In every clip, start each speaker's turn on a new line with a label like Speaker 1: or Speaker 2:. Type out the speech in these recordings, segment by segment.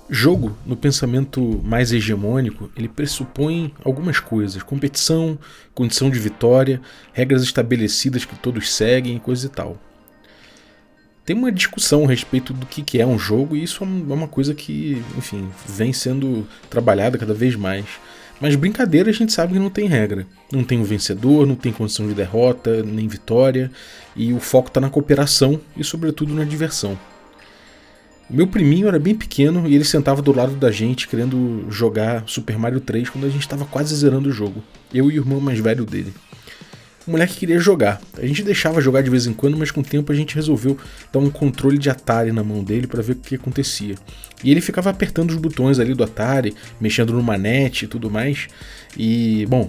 Speaker 1: Jogo, no pensamento mais hegemônico, ele pressupõe algumas coisas: competição, condição de vitória, regras estabelecidas que todos seguem, coisa e tal. Tem uma discussão a respeito do que é um jogo, e isso é uma coisa que, enfim, vem sendo trabalhada cada vez mais. Mas brincadeira a gente sabe que não tem regra. Não tem um vencedor, não tem condição de derrota, nem vitória, e o foco está na cooperação e, sobretudo, na diversão. O meu priminho era bem pequeno e ele sentava do lado da gente querendo jogar Super Mario 3 quando a gente estava quase zerando o jogo. Eu e o irmão mais velho dele. O moleque queria jogar. A gente deixava jogar de vez em quando, mas com o tempo a gente resolveu dar um controle de Atari na mão dele para ver o que acontecia. E ele ficava apertando os botões ali do Atari, mexendo no manete e tudo mais. E, bom,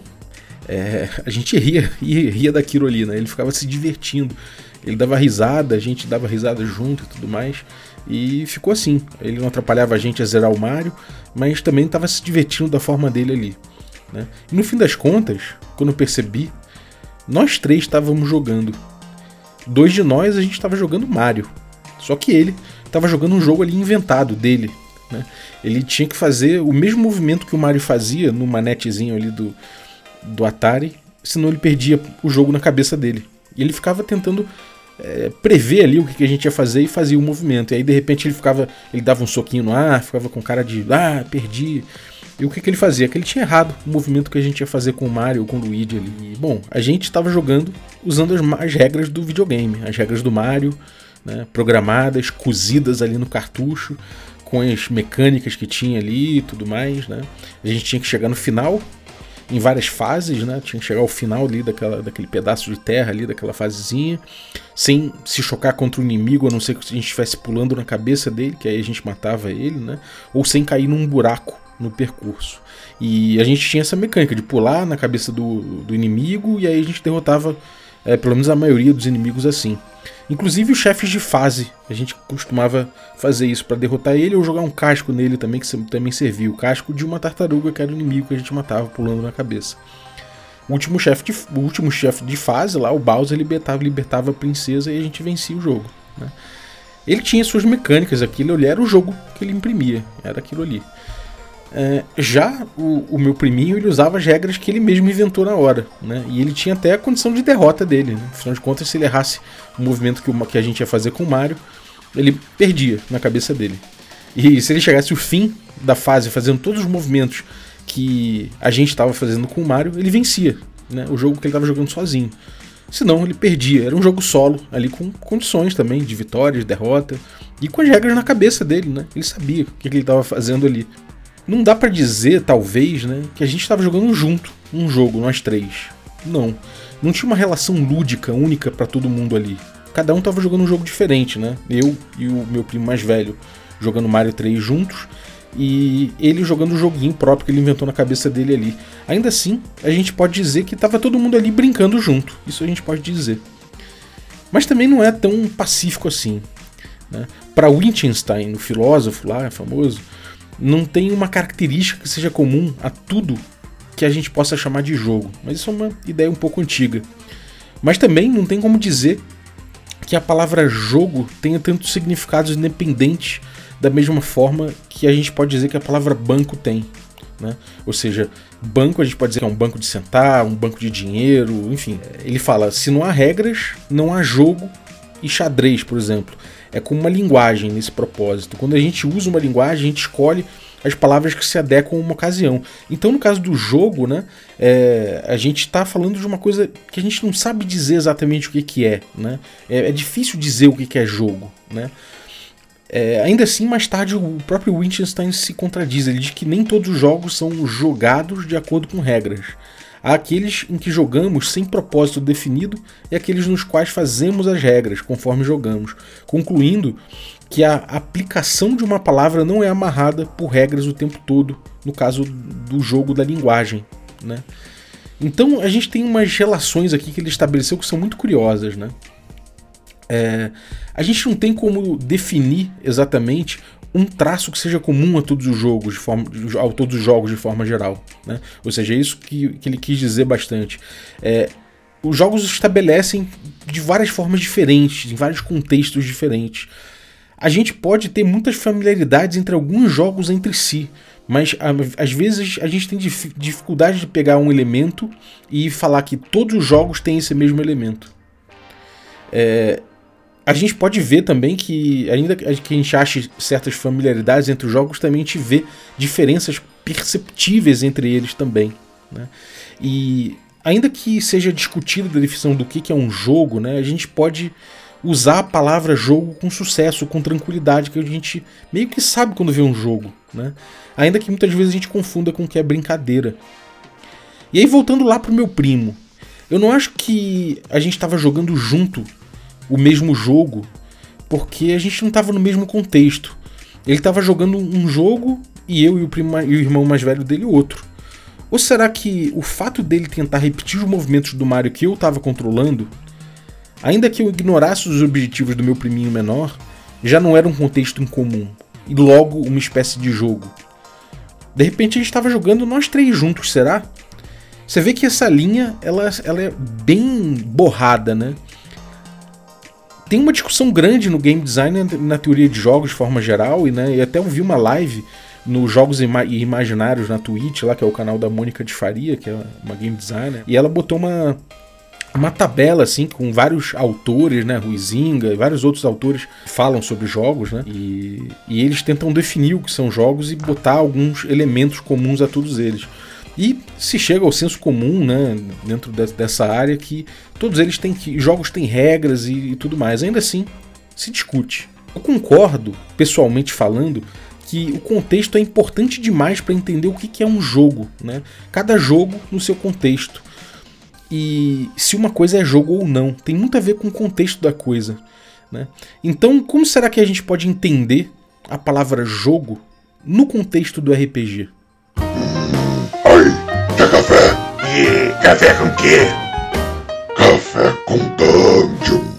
Speaker 1: a gente ria daquilo ali, né? Ele ficava se divertindo. Ele dava risada, a gente dava risada junto e tudo mais. E ficou assim. Ele não atrapalhava a gente a zerar o Mario, mas também estava se divertindo da forma dele ali, né? E no fim das contas, quando eu percebi, nós três estávamos jogando. Dois de nós a gente estava jogando Mario. Só que ele estava jogando um jogo ali inventado dele, né? Ele tinha que fazer o mesmo movimento que o Mario fazia no manetezinho ali do Atari, senão ele perdia o jogo na cabeça dele. E ele ficava tentando prever ali o que a gente ia fazer e fazia o movimento. E aí de repente ele dava um soquinho no ar, ficava com cara de perdi. E o que ele fazia? Que ele tinha errado o movimento que a gente ia fazer com o Mario ou com o Luigi ali. E, bom, a gente estava jogando usando as regras do videogame, as regras do Mario, né, programadas, cozidas ali no cartucho, com as mecânicas que tinha ali e tudo mais, né? A gente tinha que chegar no final, em várias fases, né? Tinha que chegar ao final ali daquele pedaço de terra ali, daquela fasezinha, sem se chocar contra o inimigo, a não ser que a gente estivesse pulando na cabeça dele, que aí a gente matava ele, né? Ou sem cair num buraco no percurso. E a gente tinha essa mecânica de pular na cabeça do inimigo, e aí a gente derrotava pelo menos a maioria dos inimigos assim. Inclusive os chefes de fase, a gente costumava fazer isso para derrotar ele, ou jogar um casco nele também, que também servia, o casco de uma tartaruga, que era o inimigo que a gente matava pulando na cabeça. O último chefe de fase lá, o Bowser, libertava a princesa e a gente vencia o jogo, né? Ele tinha suas mecânicas, aquilo ali era o jogo que ele imprimia, era aquilo ali. Já o meu priminho, ele usava as regras que ele mesmo inventou na hora, né? E ele tinha até a condição de derrota dele, né? Afinal de contas, se ele errasse o movimento que a gente ia fazer com o Mario, ele perdia na cabeça dele. E se ele chegasse ao fim da fase fazendo todos os movimentos que a gente estava fazendo com o Mario, ele vencia, né? O jogo que ele estava jogando sozinho. Senão ele perdia. Era um jogo solo, ali com condições também de vitória, de derrota, e com as regras na cabeça dele, né? Ele sabia o que ele estava fazendo ali. Não dá pra dizer, talvez, né, que a gente estava jogando junto um jogo, nós três. Não tinha uma relação lúdica única pra todo mundo ali. Cada um tava jogando um jogo diferente, né? Eu e o meu primo mais velho jogando Mario 3 juntos, e ele jogando o joguinho próprio que ele inventou na cabeça dele ali. Ainda assim, a gente pode dizer que tava todo mundo ali brincando junto. Isso a gente pode dizer. Mas também não é tão pacífico assim, né? Para Wittgenstein, o filósofo lá, famoso, não tem uma característica que seja comum a tudo que a gente possa chamar de jogo. Mas isso é uma ideia um pouco antiga. Mas também não tem como dizer que a palavra jogo tenha tantos significados independentes da mesma forma que a gente pode dizer que a palavra banco tem, né? Ou seja, banco a gente pode dizer que é um banco de sentar, um banco de dinheiro, enfim. Ele fala, se não há regras, não há jogo. E xadrez, por exemplo, é como uma linguagem nesse propósito. Quando a gente usa uma linguagem, a gente escolhe as palavras que se adequam a uma ocasião. Então, no caso do jogo, né, a gente está falando de uma coisa que a gente não sabe dizer exatamente o que é, né? É difícil dizer o que é jogo, né? Ainda assim, mais tarde, o próprio Wittgenstein se contradiz. Ele diz que nem todos os jogos são jogados de acordo com regras. Há aqueles em que jogamos sem propósito definido e aqueles nos quais fazemos as regras conforme jogamos, concluindo que a aplicação de uma palavra não é amarrada por regras o tempo todo, no caso do jogo da linguagem, né? Então a gente tem umas relações aqui que ele estabeleceu que são muito curiosas, né? A gente não tem como definir exatamente um traço que seja comum a todos os jogos de forma geral, né? Ou seja, é isso que ele quis dizer bastante. Os jogos estabelecem de várias formas diferentes, em vários contextos diferentes. A gente pode ter muitas familiaridades entre alguns jogos entre si, mas às vezes a gente tem dificuldade de pegar um elemento e falar que todos os jogos têm esse mesmo elemento. A gente pode ver também que, ainda que a gente ache certas familiaridades entre os jogos, também a gente vê diferenças perceptíveis entre eles também, né? E ainda que seja discutida a definição do que é um jogo, né, a gente pode usar a palavra jogo com sucesso, com tranquilidade, que a gente meio que sabe quando vê um jogo, né? Ainda que muitas vezes a gente confunda com o que é brincadeira. E aí, voltando lá pro meu primo, eu não acho que a gente estava jogando junto o mesmo jogo, porque a gente não estava no mesmo contexto. Ele estava jogando um jogo e eu e o irmão mais velho dele outro. Ou será que o fato dele tentar repetir os movimentos do Mario que eu estava controlando, ainda que eu ignorasse os objetivos do meu priminho menor, já não era um contexto em comum, e logo uma espécie de jogo? De repente a gente estava jogando nós três juntos, será? Você vê que essa linha ela é bem borrada, né? Tem uma discussão grande no game design e na teoria de jogos de forma geral, e até eu vi uma live nos Jogos Imaginários na Twitch, lá, que é o canal da Mônica de Faria, que é uma game designer, e ela botou uma tabela assim com vários autores, né, Huizinga e vários outros autores que falam sobre jogos, né, e eles tentam definir o que são jogos e botar alguns elementos comuns a todos eles. E se chega ao senso comum, né, dentro dessa área, que todos eles jogos têm regras e tudo mais. Ainda assim, se discute. Eu concordo, pessoalmente falando, que o contexto é importante demais para entender o que é um jogo, né? Cada jogo no seu contexto. E se uma coisa é jogo ou não, tem muito a ver com o contexto da coisa, né? Então, como será que a gente pode entender a palavra jogo no contexto do RPG?
Speaker 2: Oi, quer café? E café com quê? Café com Dungeon.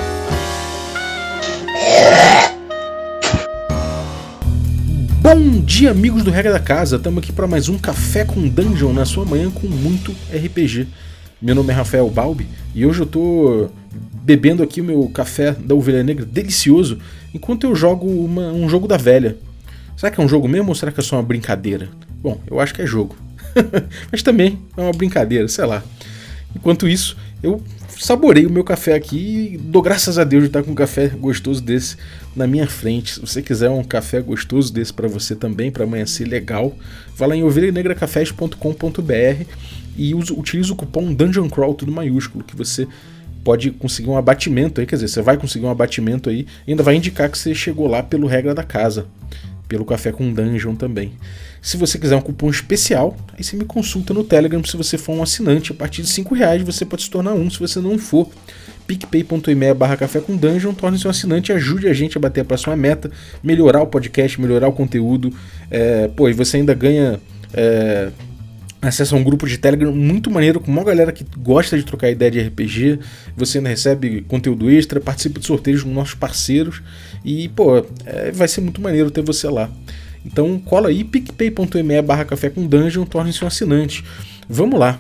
Speaker 1: Bom dia, amigos do Regra da Casa, estamos aqui para mais um Café com Dungeon na sua manhã com muito RPG. Meu nome é Rafael Balbi e hoje eu tô bebendo aqui o meu café da Ovelha Negra delicioso enquanto eu jogo um jogo da velha. Será que é um jogo mesmo ou será que é só uma brincadeira? Bom, eu acho que é jogo, mas também é uma brincadeira, sei lá. Enquanto isso, eu saboreio o meu café aqui e dou graças a Deus de estar com um café gostoso desse na minha frente. Se você quiser um café gostoso desse para você também, para amanhecer legal, vá lá em ovelhanegracafés.com.br e utiliza o cupom Dungeon Crawl, tudo maiúsculo, que você pode conseguir um abatimento aí, quer dizer, você vai conseguir um abatimento aí e ainda vai indicar que você chegou lá pelo Regra da Casa, pelo Café com Dungeon também. Se você quiser um cupom especial, aí você me consulta no Telegram. Se você for um assinante, a partir de R$5 você pode se tornar um. Se você não for, picpay.me/café com Dungeon, torne-se um assinante e ajude a gente a bater a próxima meta, melhorar o podcast, melhorar o conteúdo. E você ainda ganha acesso a um grupo de Telegram muito maneiro, com uma galera que gosta de trocar ideia de RPG. Você ainda recebe conteúdo extra, participa de sorteios com nossos parceiros e, vai ser muito maneiro ter você lá. Então cola aí, picpay.me/café com Dungeon, torne-se um assinante. Vamos lá.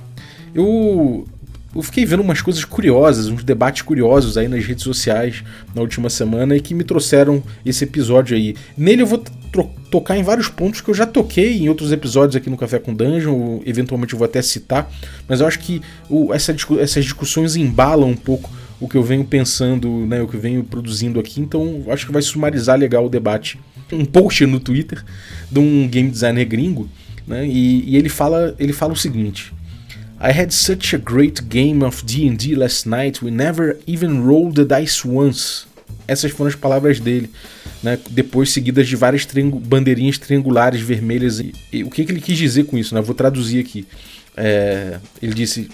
Speaker 1: Eu fiquei vendo umas coisas curiosas, uns debates curiosos aí nas redes sociais na última semana e que me trouxeram esse episódio aí. Nele eu vou tocar em vários pontos que eu já toquei em outros episódios aqui no Café com Dungeon, eventualmente eu vou até citar, mas eu acho que essas discussões embalam um pouco o que eu venho pensando, né, o que eu venho produzindo aqui, então acho que vai sumarizar legal o debate. Um post no Twitter de um game designer gringo, né, e ele fala o seguinte: I had such a great game of D&D last night, we never even rolled the dice once. Essas foram as palavras dele, né, depois seguidas de várias bandeirinhas triangulares vermelhas. E o que ele quis dizer com isso, né? Eu vou traduzir aqui. Ele disse: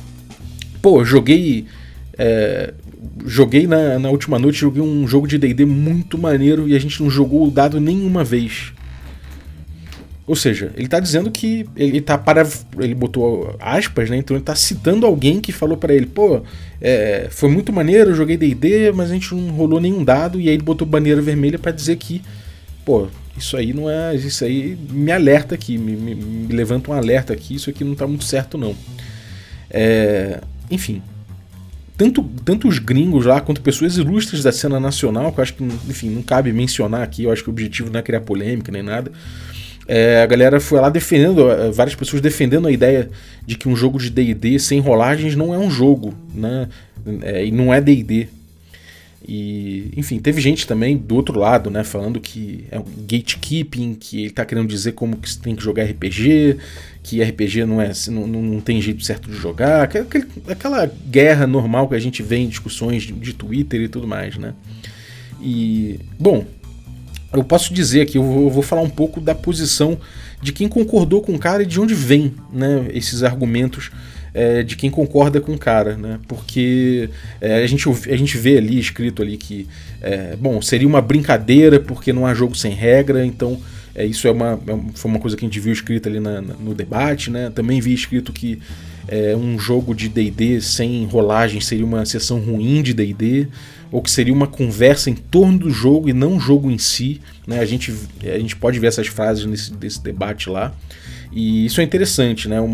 Speaker 1: joguei na última noite, joguei um jogo de D&D muito maneiro e a gente não jogou o dado nenhuma vez. Ou seja, ele tá dizendo que ele botou aspas, né? Então ele tá citando alguém que falou pra ele: foi muito maneiro, eu joguei D&D, mas a gente não rolou nenhum dado. E aí ele botou bandeira vermelha pra dizer que, isso aí não é, isso aí me alerta aqui, me levanta um alerta aqui, isso aqui não tá muito certo não. Enfim, tanto os gringos lá, quanto pessoas ilustres da cena nacional, que eu acho que, enfim, não cabe mencionar aqui, eu acho que o objetivo não é criar polêmica nem nada. A galera foi lá defendendo, várias pessoas defendendo a ideia de que um jogo de D&D sem rolagens não é um jogo, né? E não é D&D. E, enfim, teve gente também do outro lado, né, falando que é um gatekeeping, que ele tá querendo dizer como que você tem que jogar RPG, que RPG não tem jeito certo de jogar, aquela guerra normal que a gente vê em discussões de Twitter e tudo mais, né. E, bom, eu posso dizer aqui, eu vou falar um pouco da posição de quem concordou com o cara e de onde vem, né, esses argumentos de quem concorda com o cara, né? Porque a gente vê ali, escrito ali que bom, seria uma brincadeira porque não há jogo sem regra, então isso foi uma coisa que a gente viu escrito ali no debate, né? Também vi escrito que um jogo de D&D sem rolagem seria uma sessão ruim de D&D, ou que seria uma conversa em torno do jogo e não o jogo em si, né? A gente pode ver essas frases desse debate lá, e isso é interessante, né?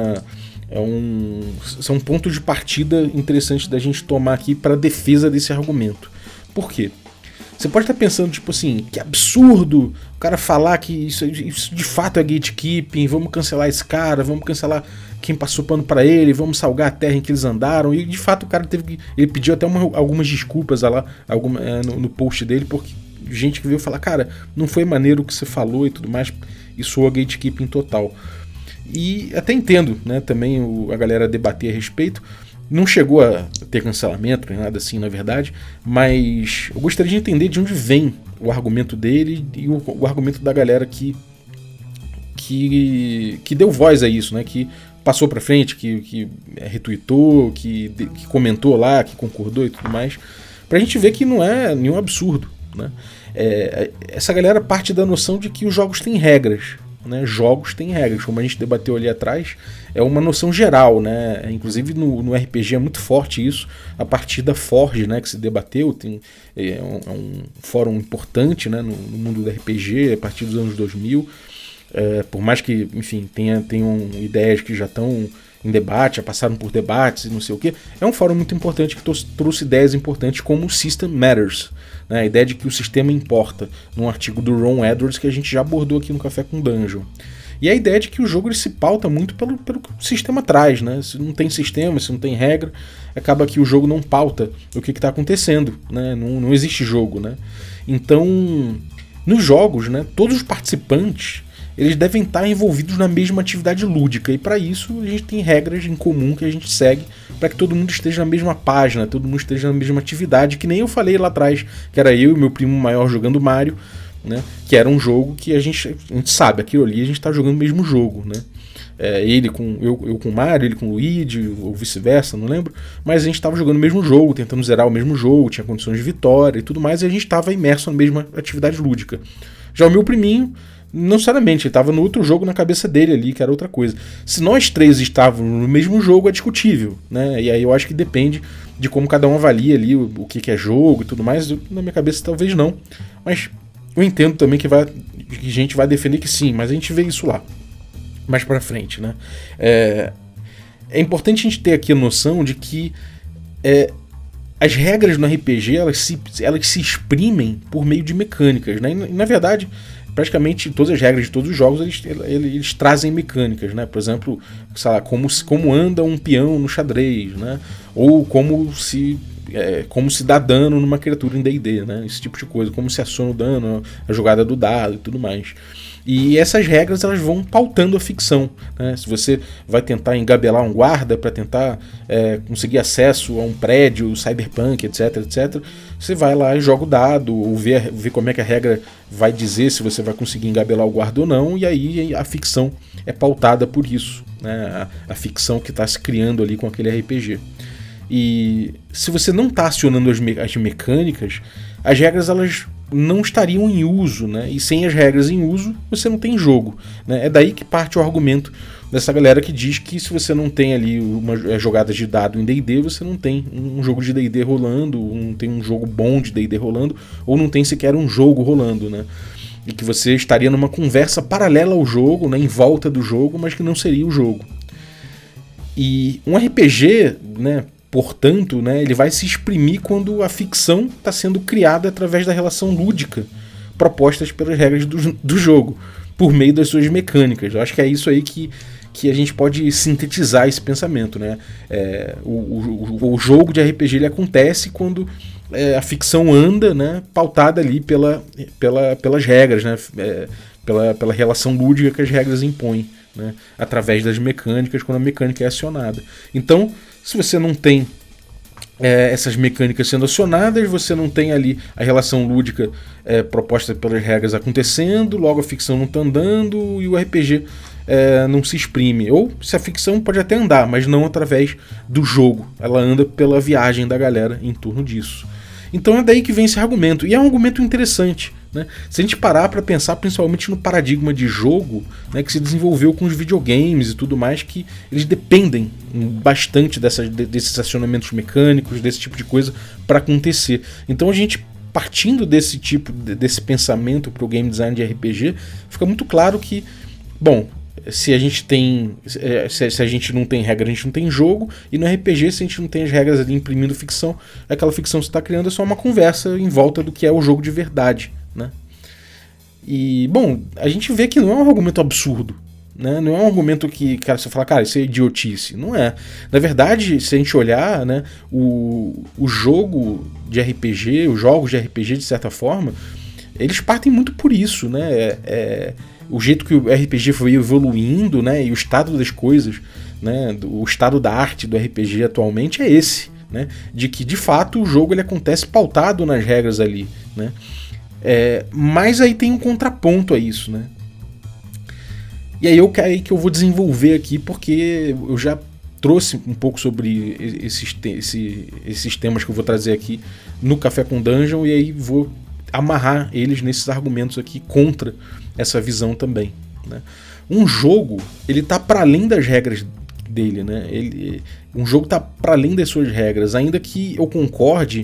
Speaker 1: São pontos de partida interessantes da gente tomar aqui para a defesa desse argumento. Por quê? Você pode estar pensando, tipo assim, que absurdo o cara falar que isso de fato é gatekeeping, vamos cancelar esse cara, vamos cancelar quem passou pano para ele, vamos salgar a terra em que eles andaram. E de fato o cara ele pediu até algumas desculpas lá no post dele, porque gente que veio falar, cara, não foi maneiro o que você falou e tudo mais, e soa gatekeeping total. E até entendo, né, também a galera debater a respeito. Não chegou a ter cancelamento nem nada assim, na verdade, mas eu gostaria de entender de onde vem o argumento dele e o argumento da galera que deu voz a isso, né, que passou pra frente, que retweetou, que comentou lá, que concordou e tudo mais, pra gente ver que não é nenhum absurdo, né. Essa galera parte da noção de que os jogos têm regras, né? Jogos têm regras, como a gente debateu ali atrás, é uma noção geral, né? Inclusive no RPG é muito forte isso, a partir da Forge, né, que se debateu, é um fórum importante, né, no mundo do RPG a partir dos anos 2000, por mais que, enfim, tenham ideias que já estão em debate, já passaram por debates e não sei o que, é um fórum muito importante que trouxe ideias importantes como o System Matters, né, a ideia de que o sistema importa, num artigo do Ron Edwards que a gente já abordou aqui no Café com Dungeon. E a ideia de que o jogo ele se pauta muito pelo que o sistema traz, né? Se não tem sistema, se não tem regra, acaba que o jogo não pauta o que está acontecendo, né? Não existe jogo, né? Então, nos jogos, né, todos os participantes eles devem estar envolvidos na mesma atividade lúdica, e para isso a gente tem regras em comum que a gente segue para que todo mundo esteja na mesma página, todo mundo esteja na mesma atividade, que nem eu falei lá atrás, que era eu e meu primo maior jogando Mario, né, que era um jogo que a gente sabe, aquilo ali a gente está jogando o mesmo jogo, né? Eu com o Mario, ele com o Luigi, ou vice-versa, não lembro, mas a gente estava jogando o mesmo jogo, tentando zerar o mesmo jogo, tinha condições de vitória e tudo mais, e a gente estava imerso na mesma atividade lúdica. Já o meu priminho, não necessariamente, ele estava no outro jogo na cabeça dele ali, que era outra coisa. Se nós três estávamos no mesmo jogo, é discutível, né? E aí eu acho que depende de como cada um avalia ali o que é jogo e tudo mais. Na minha cabeça talvez não, mas eu entendo também que a gente vai defender que sim, mas a gente vê isso lá mais pra frente, né? É importante a gente ter aqui a noção de que as regras no RPG elas se exprimem por meio de mecânicas, né? E, na verdade, praticamente todas as regras de todos os jogos eles trazem mecânicas, né? Por exemplo, sei lá, como anda um peão no xadrez, né? Ou como se dá dano numa criatura em D&D, né? Esse tipo de coisa, como se aciona o dano, a jogada do dado e tudo mais. E essas regras elas vão pautando a ficção, né? Se você vai tentar engabelar um guarda para tentar conseguir acesso a um prédio, cyberpunk, etc, você vai lá e joga o dado, ou vê como é que a regra vai dizer se você vai conseguir engabelar o guarda ou não, e aí a ficção é pautada por isso, né? A ficção que está se criando ali com aquele RPG. E se você não está acionando as mecânicas, as regras elas não estariam em uso, né? E sem as regras em uso, você não tem jogo, né? É daí que parte o argumento dessa galera que diz que se você não tem ali uma jogada de dado em D&D, você não tem um jogo de D&D rolando, não tem um jogo bom de D&D rolando, ou não tem sequer um jogo rolando, né? E que você estaria numa conversa paralela ao jogo, né? Em volta do jogo, mas que não seria o jogo. E um RPG, né? Portanto, né, ele vai se exprimir quando a ficção está sendo criada através da relação lúdica propostas pelas regras do jogo, por meio das suas mecânicas. Eu acho que é isso aí que a gente pode sintetizar esse pensamento, né? O jogo de RPG ele acontece quando a ficção anda, né, pautada ali pelas regras, né, pela relação lúdica que as regras impõem, né, através das mecânicas quando a mecânica é acionada. Então, se você não tem essas mecânicas sendo acionadas, você não tem ali a relação lúdica proposta pelas regras acontecendo, logo a ficção não está andando e o RPG não se exprime. Ou se a ficção pode até andar, mas não através do jogo. Ela anda pela viagem da galera em torno disso. Então é daí que vem esse argumento. E é um argumento interessante, né? Se a gente parar para pensar principalmente no paradigma de jogo, né, que se desenvolveu com os videogames e tudo mais, que eles dependem bastante desses acionamentos mecânicos, desse tipo de coisa para acontecer. Então a gente, partindo desse pensamento para o game design de RPG, fica muito claro que, bom, se a gente não tem regra, a gente não tem jogo, e no RPG, se a gente não tem as regras ali imprimindo ficção, aquela ficção que você está criando é só uma conversa em volta do que é o jogo de verdade, né? E, bom, a gente vê que não é um argumento absurdo, né? Não é um argumento que, cara, você fala, cara, isso é idiotice. Não é. Na verdade, se a gente olhar, né, o jogo de RPG, os jogos de RPG, de certa forma, eles partem muito por isso, né? O jeito que o RPG foi evoluindo, né, e o estado das coisas, né, o estado da arte do RPG atualmente é esse, né, de que de fato o jogo ele acontece pautado nas regras ali, né, mas aí tem um contraponto a isso, né, e aí que eu vou desenvolver aqui, porque eu já trouxe um pouco sobre esses temas que eu vou trazer aqui no Café com Dungeon, e aí vou amarrar eles nesses argumentos aqui contra essa visão também, né? Um jogo, ele tá para além das regras dele, né? Um jogo tá para além das suas regras, ainda que eu concorde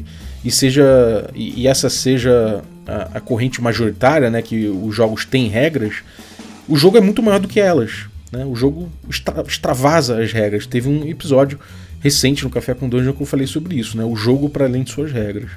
Speaker 1: e essa seja a corrente majoritária, né, que os jogos têm regras. O jogo é muito maior do que elas, né? O jogo extravasa as regras. Teve um episódio recente no Café com Dungeon que eu falei sobre isso, né? O jogo para além de suas regras.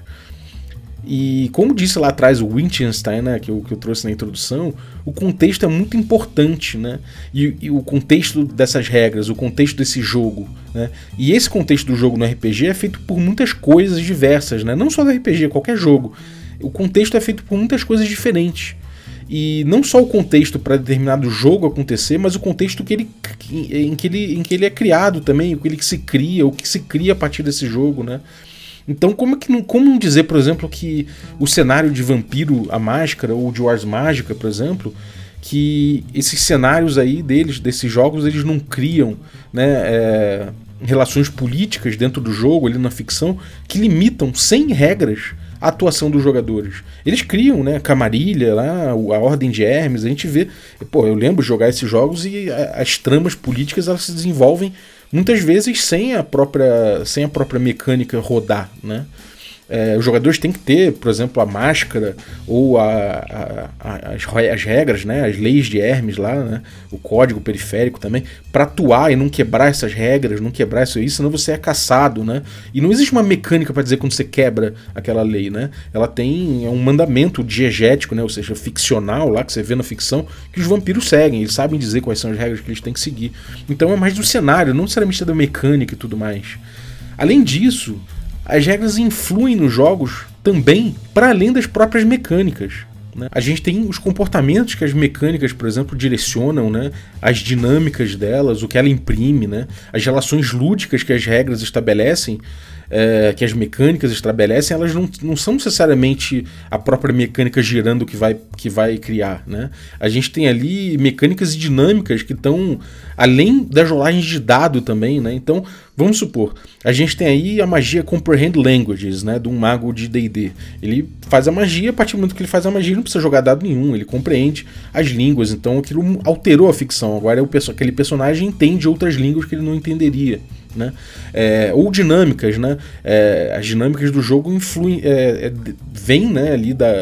Speaker 1: E como disse lá atrás o Wittgenstein, né, que eu trouxe na introdução, o contexto é muito importante, né? E o contexto dessas regras, o contexto desse jogo, né? E esse contexto do jogo no RPG é feito por muitas coisas diversas, né? Não só do RPG, qualquer jogo. O contexto é feito por muitas coisas diferentes. E não só o contexto para determinado jogo acontecer, mas o contexto em que ele é criado também, o que ele se cria, o que se cria a partir desse jogo, né? Então, como não dizer, por exemplo, que o cenário de Vampiro a Máscara ou de Ars Mágica, por exemplo, que esses cenários aí desses jogos, eles não criam, né, relações políticas dentro do jogo, ali na ficção, que limitam, sem regras, a atuação dos jogadores. Eles criam, né, Camarilha, lá, a Ordem de Hermes, a gente vê... Pô, eu lembro de jogar esses jogos e as tramas políticas elas se desenvolvem muitas vezes sem a própria mecânica rodar, né? Os jogadores têm que ter, por exemplo, a máscara ou as regras, né? As leis de Hermes lá, né? O código periférico também, para atuar e não quebrar essas regras, não quebrar isso aí, senão você é caçado, né? E não existe uma mecânica para dizer quando você quebra aquela lei, né? Ela tem um mandamento diegético, né? Ou seja, ficcional lá, que você vê na ficção, que os vampiros seguem, eles sabem dizer quais são as regras que eles têm que seguir. Então é mais do cenário, não necessariamente da mecânica e tudo mais. Além disso, as regras influem nos jogos também para além das próprias mecânicas, né? A gente tem os comportamentos que as mecânicas, por exemplo, direcionam, né? As dinâmicas delas, o que ela imprime, né? As relações lúdicas que as regras estabelecem, que as mecânicas estabelecem, elas não são necessariamente a própria mecânica girando que vai criar, né? A gente tem ali mecânicas e dinâmicas que estão além das rolagens de dado também, né? Então, vamos supor, a gente tem aí a magia Comprehend Languages, né, de um mago de D&D. Ele faz a magia, a partir do momento que ele faz a magia, ele não precisa jogar dado nenhum, ele compreende as línguas, então aquilo alterou a ficção. Agora aquele personagem entende outras línguas que ele não entenderia, né? Ou dinâmicas, né? As dinâmicas do jogo influem, vêm, né, ali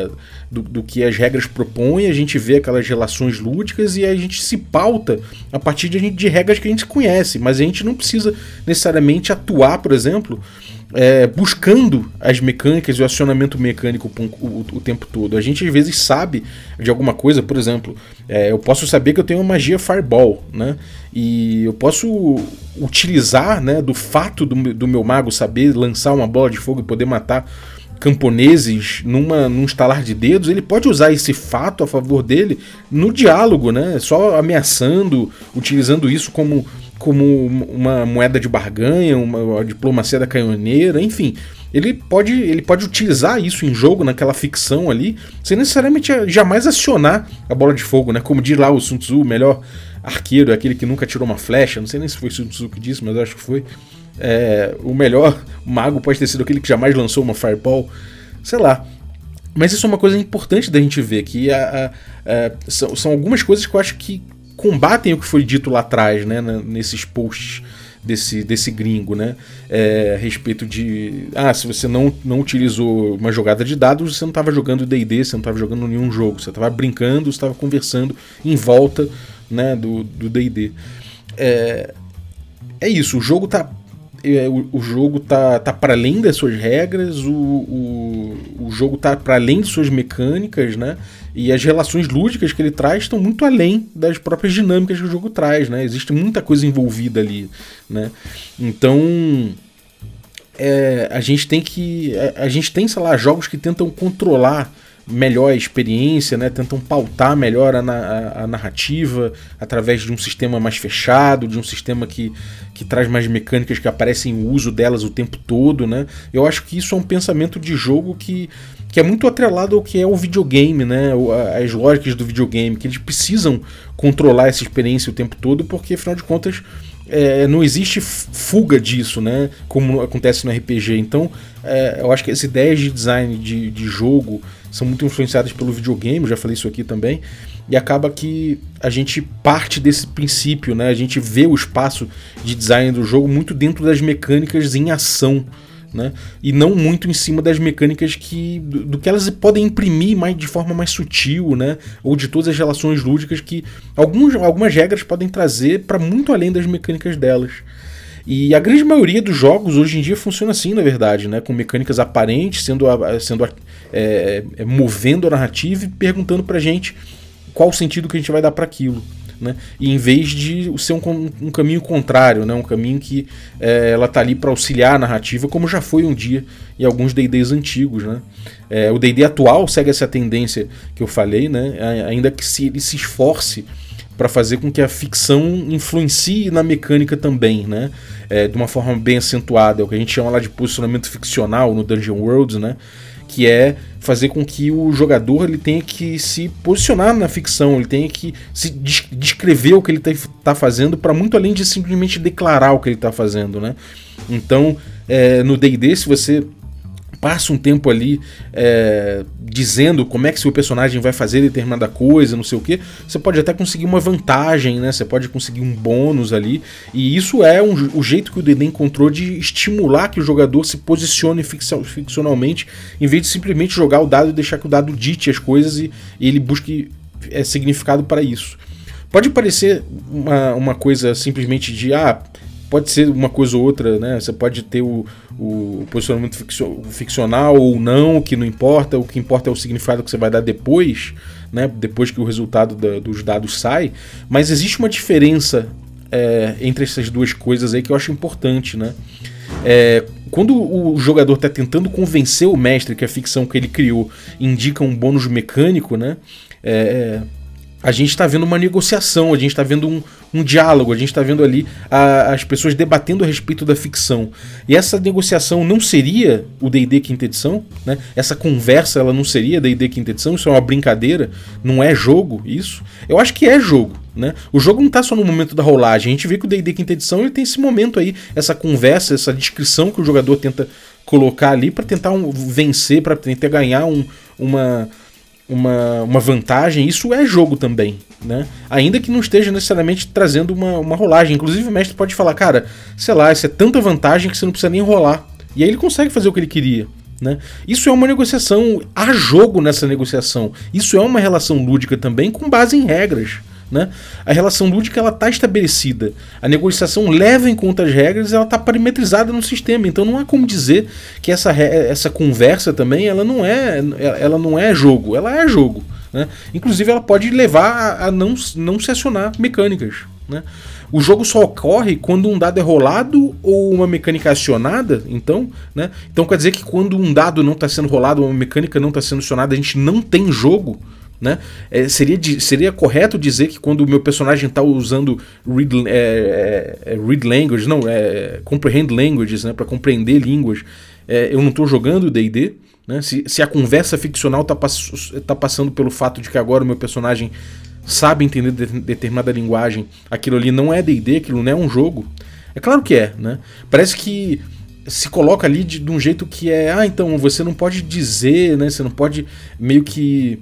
Speaker 1: do que as regras propõem, a gente vê aquelas relações lúdicas e a gente se pauta a partir de regras que a gente conhece, mas a gente não precisa necessariamente atuar, por exemplo, buscando as mecânicas e o acionamento mecânico o tempo todo. A gente às vezes sabe de alguma coisa, por exemplo, eu posso saber que eu tenho uma magia Fireball, né? E eu posso utilizar, né, do fato do meu mago saber lançar uma bola de fogo e poder matar camponeses num estalar de dedos. Ele pode usar esse fato a favor dele no diálogo, né? Só ameaçando, utilizando isso como uma moeda de barganha, uma diplomacia da canhoneira, enfim. Ele pode utilizar isso em jogo, naquela ficção ali, sem necessariamente jamais acionar a bola de fogo, né? Como diz lá o Sun Tzu, o melhor arqueiro é aquele que nunca tirou uma flecha. Não sei nem se foi o Sun Tzu que disse, mas eu acho que foi. O melhor mago pode ter sido aquele que jamais lançou uma Fireball, sei lá. Mas isso é uma coisa importante da gente ver, que são algumas coisas que eu acho que combatem o que foi dito lá atrás, né, nesses posts desse gringo, né, a respeito de se você não utilizou uma jogada de dados, você não estava jogando D&D, você não estava jogando nenhum jogo, você estava brincando, você estava conversando em volta, né, do D&D. É isso, o jogo tá para além das suas regras, o jogo tá para além de suas mecânicas, né? E as relações lúdicas que ele traz estão muito além das próprias dinâmicas que o jogo traz, né? Existe muita coisa envolvida ali, né? Então a gente tem, sei lá, jogos que tentam controlar melhor a experiência, né? Tentam pautar melhor a narrativa através de um sistema mais fechado, de um sistema que traz mais mecânicas que aparecem em uso delas o tempo todo, né? Eu acho que isso é um pensamento de jogo que é muito atrelado ao que é o videogame, né? As lógicas do videogame, que eles precisam controlar essa experiência o tempo todo, porque afinal de contas não existe fuga disso, né? Como acontece no RPG. Então eu acho que as ideias de design de jogo são muito influenciadas pelo videogame, eu já falei isso aqui também, e acaba que a gente parte desse princípio, né? A gente vê o espaço de design do jogo muito dentro das mecânicas em ação, né? E não muito em cima das mecânicas do que elas podem imprimir de forma mais sutil, né? Ou de todas as relações lúdicas que algumas regras podem trazer para muito além das mecânicas delas. E a grande maioria dos jogos hoje em dia funciona assim, na verdade, né? Com mecânicas aparentes, movendo a narrativa e perguntando pra gente qual o sentido que a gente vai dar para aquilo, né? E em vez de ser um caminho contrário, né? Um caminho que ela tá ali para auxiliar a narrativa, como já foi um dia em alguns D&Ds antigos, né? O D&D atual segue essa tendência que eu falei, né? Ainda que ele se esforce para fazer com que a ficção influencie na mecânica também, né? De uma forma bem acentuada, é o que a gente chama lá de posicionamento ficcional no Dungeon Worlds, né? Que é fazer com que o jogador ele tenha que se posicionar na ficção, ele tenha que se descrever o que ele está fazendo, para muito além de simplesmente declarar o que ele está fazendo, né? Então, no D&D, se você passa um tempo ali dizendo como é que seu personagem vai fazer determinada coisa, não sei o que, você pode até conseguir uma vantagem, né? Você pode conseguir um bônus ali, e isso é o jeito que o D&D encontrou de estimular que o jogador se posicione ficcionalmente, em vez de simplesmente jogar o dado e deixar que o dado dite as coisas e ele busque significado para isso. Pode parecer uma coisa simplesmente de pode ser uma coisa ou outra, né? Você pode ter o posicionamento ficcional ou não, o que não importa, o que importa é o significado que você vai dar depois, né? Depois que o resultado dos dados sai. Mas existe uma diferença entre essas duas coisas aí que eu acho importante, né? Quando o jogador está tentando convencer o mestre que a ficção que ele criou indica um bônus mecânico, né? A gente está vendo uma negociação, a gente está vendo um diálogo, a gente está vendo ali as pessoas debatendo a respeito da ficção. E essa negociação não seria o D&D quinta edição, né? Essa conversa ela não seria D&D quinta edição, isso é uma brincadeira, não é jogo isso. Eu acho que é jogo, né? O jogo não está só no momento da rolagem, a gente vê que o D&D quinta edição ele tem esse momento aí, essa conversa, essa descrição que o jogador tenta colocar ali para tentar vencer, para tentar ganhar uma vantagem. Isso é jogo também, né? Ainda que não esteja necessariamente trazendo uma rolagem. Inclusive o mestre pode falar, cara, sei lá, isso é tanta vantagem que você não precisa nem rolar. E aí ele consegue fazer o que ele queria, né? Isso é uma negociação, há jogo nessa negociação. Isso é uma relação lúdica também com base em regras, né? A relação lúdica ela está estabelecida, a negociação leva em conta as regras, ela está parametrizada no sistema, então não há como dizer que essa conversa também ela não é jogo, ela é jogo, né? Inclusive ela pode levar a não se acionar mecânicas, né? O jogo só ocorre quando um dado é rolado ou uma mecânica acionada, então, né? Então quer dizer que quando um dado não está sendo rolado ou uma mecânica não está sendo acionada, a gente não tem jogo, né? Seria correto dizer que quando o meu personagem está usando read language, não, comprehend languages, né, para compreender línguas, eu não estou jogando D&D, né? Se a conversa ficcional está passando pelo fato de que agora o meu personagem sabe entender determinada linguagem, aquilo ali não é D&D, aquilo não é um jogo. É claro que é, né? Parece que se coloca ali de um jeito que então você não pode dizer, né? Você não pode meio que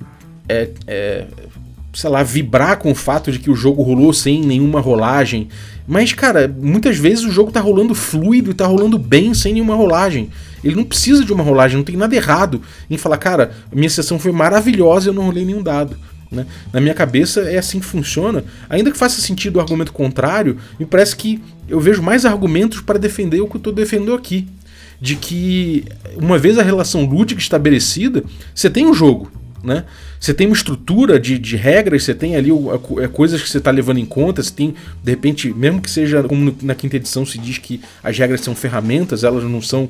Speaker 1: sei lá, vibrar com o fato de que o jogo rolou sem nenhuma rolagem. Mas, cara, muitas vezes o jogo tá rolando fluido e tá rolando bem sem nenhuma rolagem. Ele não precisa de uma rolagem, não tem nada errado em falar, cara, minha sessão foi maravilhosa e eu não rolei nenhum dado, né? Na minha cabeça é assim que funciona. Ainda que faça sentido o argumento contrário, me parece que eu vejo mais argumentos para defender o que eu estou defendendo aqui. De que, uma vez a relação lúdica estabelecida, você tem um jogo, né? Você tem uma estrutura de regras, você tem ali coisas que você está levando em conta, você tem, de repente, mesmo que seja, como na quinta edição se diz que as regras são ferramentas, elas não são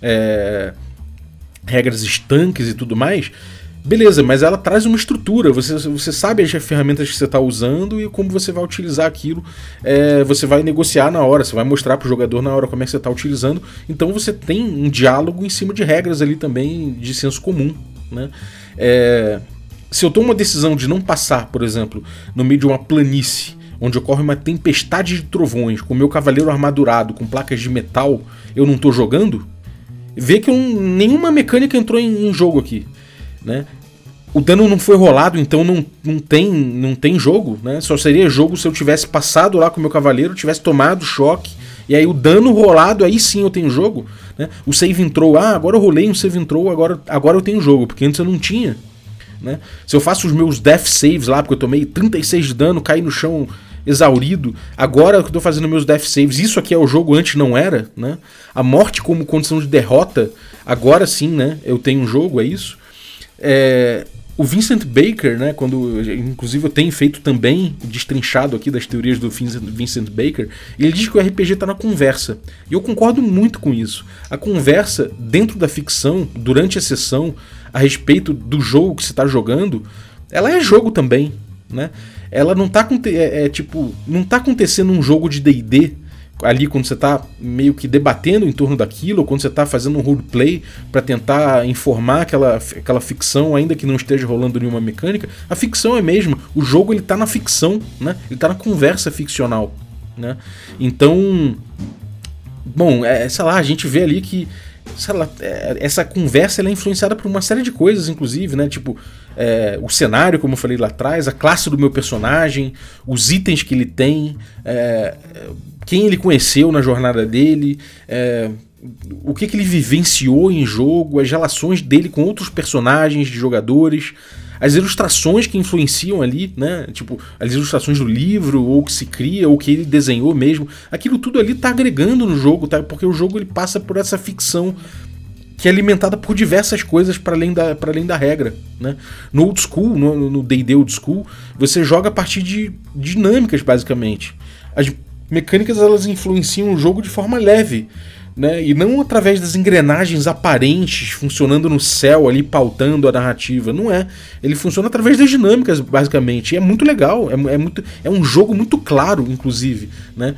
Speaker 1: regras estanques e tudo mais. Beleza, mas ela traz uma estrutura, você sabe as ferramentas que você está usando e como você vai utilizar aquilo, você vai negociar na hora, você vai mostrar para o jogador na hora como é que você está utilizando, então você tem um diálogo em cima de regras ali também de senso comum, né? Se eu tomo uma decisão de não passar, por exemplo, no meio de uma planície, onde ocorre uma tempestade de trovões, com o meu cavaleiro armadurado, com placas de metal, eu não estou jogando, vê que nenhuma mecânica entrou em jogo aqui, né? O dano não foi rolado, então não tem jogo, né? Só seria jogo se eu tivesse passado lá com o meu cavaleiro, tivesse tomado choque, e aí o dano rolado, aí sim eu tenho jogo, né? O save entrou, agora eu rolei um save entrou, agora eu tenho jogo, porque antes eu não tinha, né? Se eu faço os meus death saves lá, porque eu tomei 36 de dano, caí no chão exaurido, agora que eu tô fazendo meus death saves, isso aqui é o jogo, antes não era, né? A morte como condição de derrota, agora sim, né? Eu tenho um jogo, é isso. O Vincent Baker, né, inclusive eu tenho feito também, destrinchado aqui das teorias do Vincent Baker, ele diz que o RPG está na conversa, e eu concordo muito com isso. A conversa dentro da ficção, durante a sessão, a respeito do jogo que você está jogando, ela é jogo também, né? Ela não está não tá acontecendo um jogo de D&D ali quando você está meio que debatendo em torno daquilo, ou quando você está fazendo um roleplay para tentar informar aquela ficção, ainda que não esteja rolando nenhuma mecânica. A ficção é mesmo, o jogo ele está na ficção, né? Ele está na conversa ficcional, né? Então, bom, sei lá, a gente vê ali que, sei lá, essa conversa ela é influenciada por uma série de coisas, inclusive, né? Tipo, o cenário, como eu falei lá atrás, a classe do meu personagem, os itens que ele tem, quem ele conheceu na jornada dele, o que ele vivenciou em jogo, as relações dele com outros personagens de jogadores, as ilustrações que influenciam ali, né? Tipo, as ilustrações do livro, ou que se cria, ou que ele desenhou mesmo. Aquilo tudo ali tá agregando no jogo, tá? Porque o jogo ele passa por essa ficção que é alimentada por diversas coisas para além da regra, né? No Old School, no D&D Old School, você joga a partir de dinâmicas, basicamente. As mecânicas elas influenciam o jogo de forma leve, né? E não através das engrenagens aparentes funcionando no céu ali, pautando a narrativa. Não é. Ele funciona através das dinâmicas, basicamente. E é muito legal. É um jogo muito claro, inclusive, né?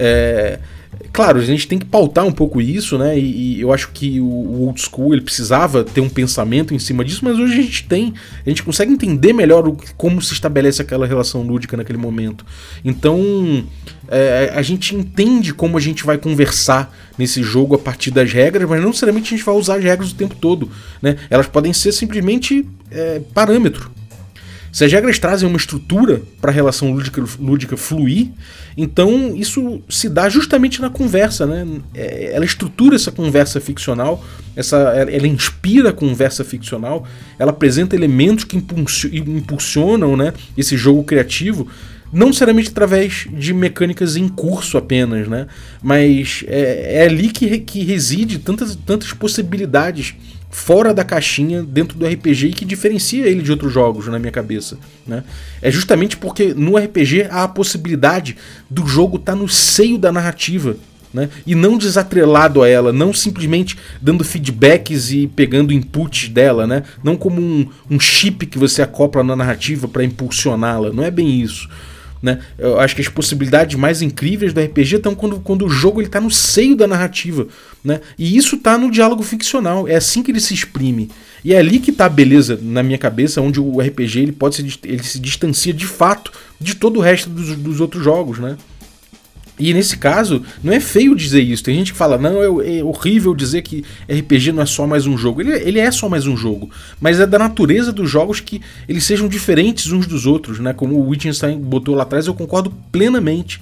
Speaker 1: Claro, a gente tem que pautar um pouco isso, né? E eu acho que o Old School ele precisava ter um pensamento em cima disso, mas hoje a gente consegue entender melhor como se estabelece aquela relação lúdica naquele momento. Então, a gente entende como a gente vai conversar nesse jogo a partir das regras, mas não necessariamente a gente vai usar as regras o tempo todo, né? Elas podem ser simplesmente parâmetro. Se as regras trazem uma estrutura para a relação lúdica fluir, então isso se dá justamente na conversa, né? Ela estrutura essa conversa ficcional, ela inspira a conversa ficcional, ela apresenta elementos que impulsionam, né, esse jogo criativo, não necessariamente através de mecânicas em curso apenas, né? Mas é ali que reside tantas possibilidades fora da caixinha dentro do RPG e que diferencia ele de outros jogos na minha cabeça, né? É justamente porque no RPG há a possibilidade do jogo estar no seio da narrativa, né? E não desatrelado a ela, não simplesmente dando feedbacks e pegando inputs dela, né? Não como um chip que você acopla na narrativa para impulsioná-la, não é bem isso, né? Eu acho que as possibilidades mais incríveis do RPG estão quando o jogo está no seio da narrativa, né? E isso está no diálogo ficcional, é assim que ele se exprime. E é ali que está a beleza, na minha cabeça, onde o RPG ele se distancia de fato de todo o resto dos outros jogos, né? E nesse caso, não é feio dizer isso. Tem gente que fala, não, é horrível dizer que RPG não é só mais um jogo. Ele é só mais um jogo, mas é da natureza dos jogos que eles sejam diferentes uns dos outros, né? Como o Wittgenstein botou lá atrás, eu concordo plenamente.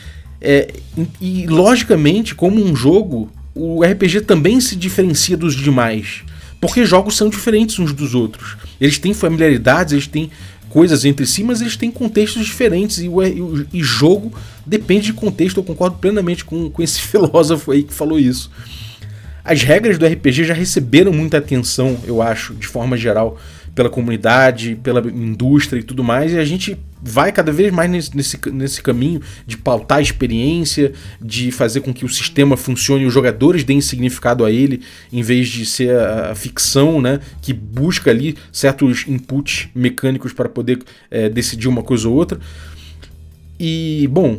Speaker 1: E logicamente, como um jogo, o RPG também se diferencia dos demais, porque jogos são diferentes uns dos outros. Eles têm familiaridades, eles têm coisas entre si, mas eles têm contextos diferentes e jogo depende de contexto. Eu concordo plenamente com esse filósofo aí que falou isso. As regras do RPG já receberam muita atenção, eu acho, de forma geral, pela comunidade, pela indústria e tudo mais, e a gente vai cada vez mais nesse caminho de pautar a experiência, de fazer com que o sistema funcione e os jogadores deem significado a ele, em vez de ser a ficção, né, que busca ali certos inputs mecânicos para poder decidir uma coisa ou outra. E, bom,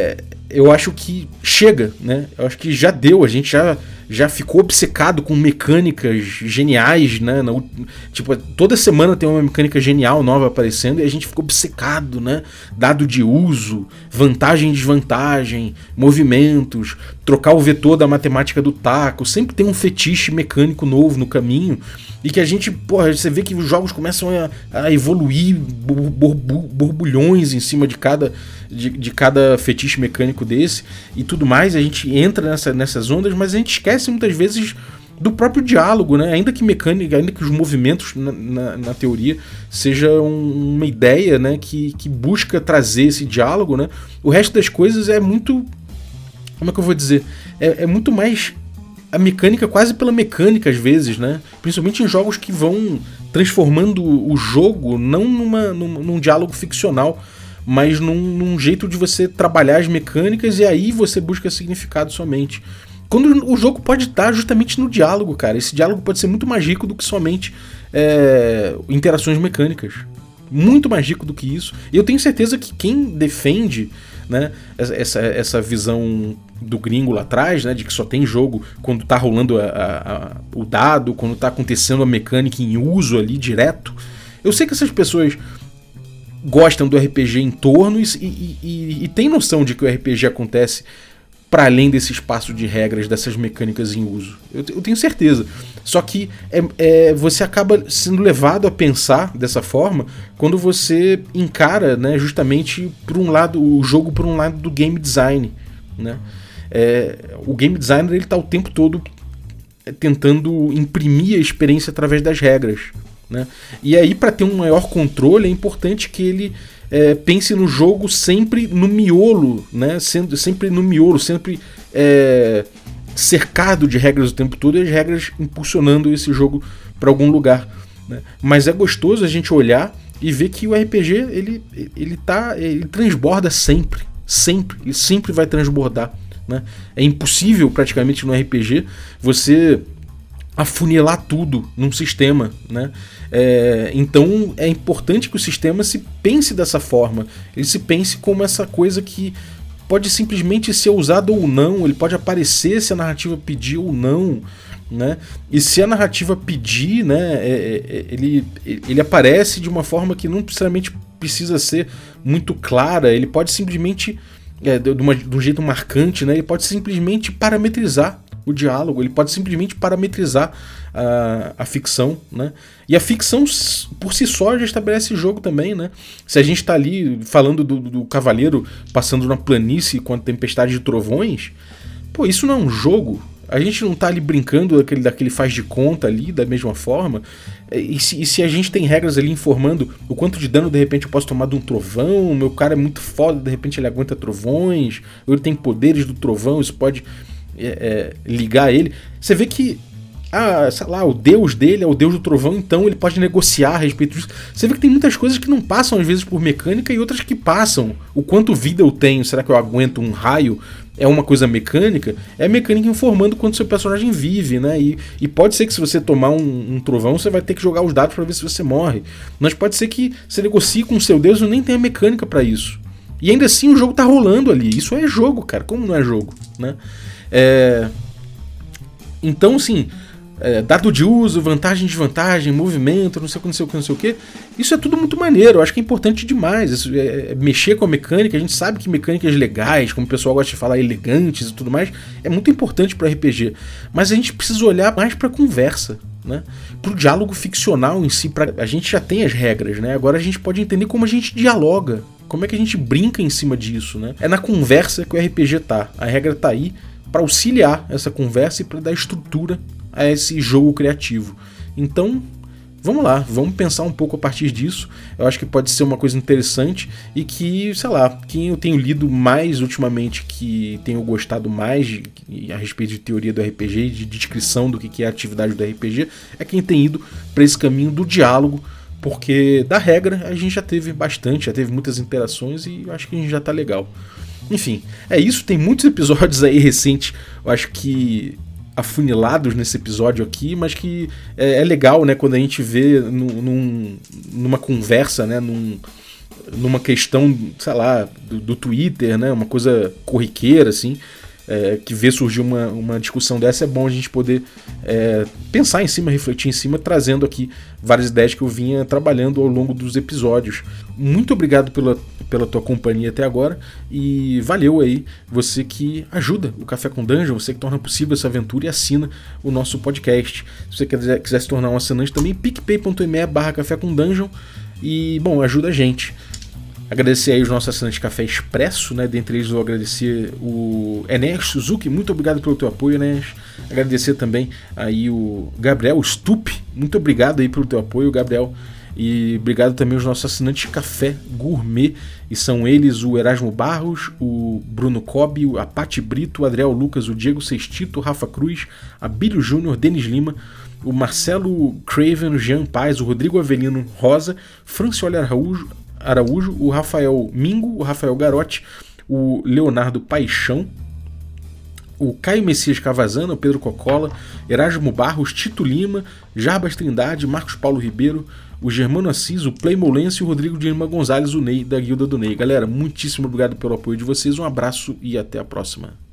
Speaker 1: eu acho que chega, né? Eu acho que já deu, a gente já ficou obcecado com mecânicas geniais, né? Tipo, toda semana tem uma mecânica genial nova aparecendo e a gente ficou obcecado, né? Dado de uso, vantagem e desvantagem, movimentos, trocar o vetor da matemática do taco, sempre tem um fetiche mecânico novo no caminho e que a gente, porra, você vê que os jogos começam a evoluir borbulhões em cima de cada fetiche mecânico desse e tudo mais, a gente entra nessas ondas, mas a gente esquece muitas vezes do próprio diálogo, né? Ainda que os movimentos na teoria seja uma ideia, né, que busca trazer esse diálogo, né? O resto das coisas é muito, como é que eu vou dizer, é muito mais a mecânica quase pela mecânica às vezes, né? Principalmente em jogos que vão transformando o jogo não num diálogo ficcional, mas num jeito de você trabalhar as mecânicas e aí você busca significado somente. Quando o jogo pode estar justamente no diálogo, cara. Esse diálogo pode ser muito mais rico do que somente interações mecânicas. Muito mais rico do que isso. E eu tenho certeza que quem defende, né, essa visão do gringo lá atrás, né, de que só tem jogo quando tá rolando o dado, quando tá acontecendo a mecânica em uso ali direto. Eu sei que essas pessoas gostam do RPG em torno e tem noção de que o RPG acontece para além desse espaço de regras, dessas mecânicas em uso. Eu tenho certeza. Só que você acaba sendo levado a pensar dessa forma quando você encara, né, justamente o jogo por um lado do game design, né? O game designer ele tá o tempo todo tentando imprimir a experiência através das regras, né? E aí, para ter um maior controle, é importante que ele pense no jogo sempre no miolo, né? Sempre no miolo, sempre cercado de regras o tempo todo e as regras impulsionando esse jogo para algum lugar, né? Mas é gostoso a gente olhar e ver que o RPG ele transborda sempre, ele sempre vai transbordar, né? É impossível praticamente no RPG você afunilar tudo num sistema, né? Então é importante que o sistema se pense dessa forma. Ele se pense como essa coisa que pode simplesmente ser usado ou não, ele pode aparecer se a narrativa pedir ou não, né? E se a narrativa pedir, né, ele aparece de uma forma que não necessariamente precisa ser muito clara, ele pode simplesmente, de um jeito marcante, né, ele pode simplesmente parametrizar o diálogo, ele pode simplesmente parametrizar a ficção, né? E a ficção por si só já estabelece jogo também, né? Se a gente tá ali falando do cavaleiro passando na planície com a tempestade de trovões, pô, isso não é um jogo? A gente não tá ali brincando daquele faz de conta ali, da mesma forma? E se a gente tem regras ali informando o quanto de dano de repente eu posso tomar de um trovão, o meu cara é muito foda, de repente ele aguenta trovões, ou ele tem poderes do trovão, isso pode ligar ele. Você vê que, sei lá, o deus dele é o deus do trovão, então ele pode negociar a respeito disso. Você vê que tem muitas coisas que não passam às vezes por mecânica e outras que passam. O quanto vida eu tenho, será que eu aguento um raio? É uma coisa mecânica, é mecânica informando quanto seu personagem vive, né? E pode ser que se você tomar um trovão, você vai ter que jogar os dados para ver se você morre. Mas pode ser que você negocie com o seu deus e nem tenha mecânica para isso. E ainda assim o jogo tá rolando ali. Isso é jogo, cara. Como não é jogo, né? Então, assim, dado de uso, vantagem, desvantagem, movimento, não sei o que. Isso é tudo muito maneiro, eu acho que é importante demais. Isso, mexer com a mecânica, a gente sabe que mecânicas legais, como o pessoal gosta de falar, elegantes e tudo mais, é muito importante para RPG. Mas a gente precisa olhar mais para conversa, né? Pro diálogo ficcional em si. A gente já tem as regras, né? Agora a gente pode entender como a gente dialoga, como é que a gente brinca em cima disso, né? É na conversa que o RPG tá. A regra tá aí para auxiliar essa conversa e para dar estrutura a esse jogo criativo. Então, vamos lá, vamos pensar um pouco a partir disso. Eu acho que pode ser uma coisa interessante e que, sei lá, quem eu tenho lido mais ultimamente, que tenho gostado mais a respeito de teoria do RPG e de descrição do que é a atividade do RPG, é quem tem ido para esse caminho do diálogo, porque da regra a gente já teve bastante, já teve muitas interações e eu acho que a gente já tá legal. Enfim, é isso, tem muitos episódios aí recentes, eu acho que afunilados nesse episódio aqui, mas que é legal, né, quando a gente vê numa conversa, né, numa questão, sei lá, do Twitter, né, uma coisa corriqueira, assim, que vê surgir uma discussão dessa, é bom a gente poder pensar em cima, refletir em cima, trazendo aqui várias ideias que eu vinha trabalhando ao longo dos episódios. Muito obrigado pela tua companhia até agora e valeu aí você que ajuda o Café com Dungeon, você que torna possível essa aventura e assina o nosso podcast. Se você quiser se tornar um assinante também, picpay.me/Café com Dungeon e, bom, ajuda a gente. Agradecer aí os nossos assinantes de Café Expresso, né? Dentre eles eu vou agradecer o Enes Suzuki, muito obrigado pelo teu apoio, Enes. Agradecer também aí o Gabriel Stup, muito obrigado aí pelo teu apoio, Gabriel. E obrigado também aos nossos assinantes de Café Gourmet, e são eles o Erasmo Barros, o Bruno Cobb, a Pati Brito, o Adriel Lucas, o Diego Sextito, o Rafa Cruz, a Bílio Júnior, Denis Lima, o Marcelo Craven, o Jean Paz, o Rodrigo Avelino Rosa, Francioli Araújo, o Rafael Mingo, o Rafael Garotti, o Leonardo Paixão, o Caio Messias Cavazana, o Pedro Cocola, Erasmo Barros, Tito Lima, Jarbas Trindade, Marcos Paulo Ribeiro, o Germano Assis, o Playmolense e o Rodrigo de Lima Gonzalez, o Ney, da Guilda do Ney. Galera, muitíssimo obrigado pelo apoio de vocês, um abraço e até a próxima.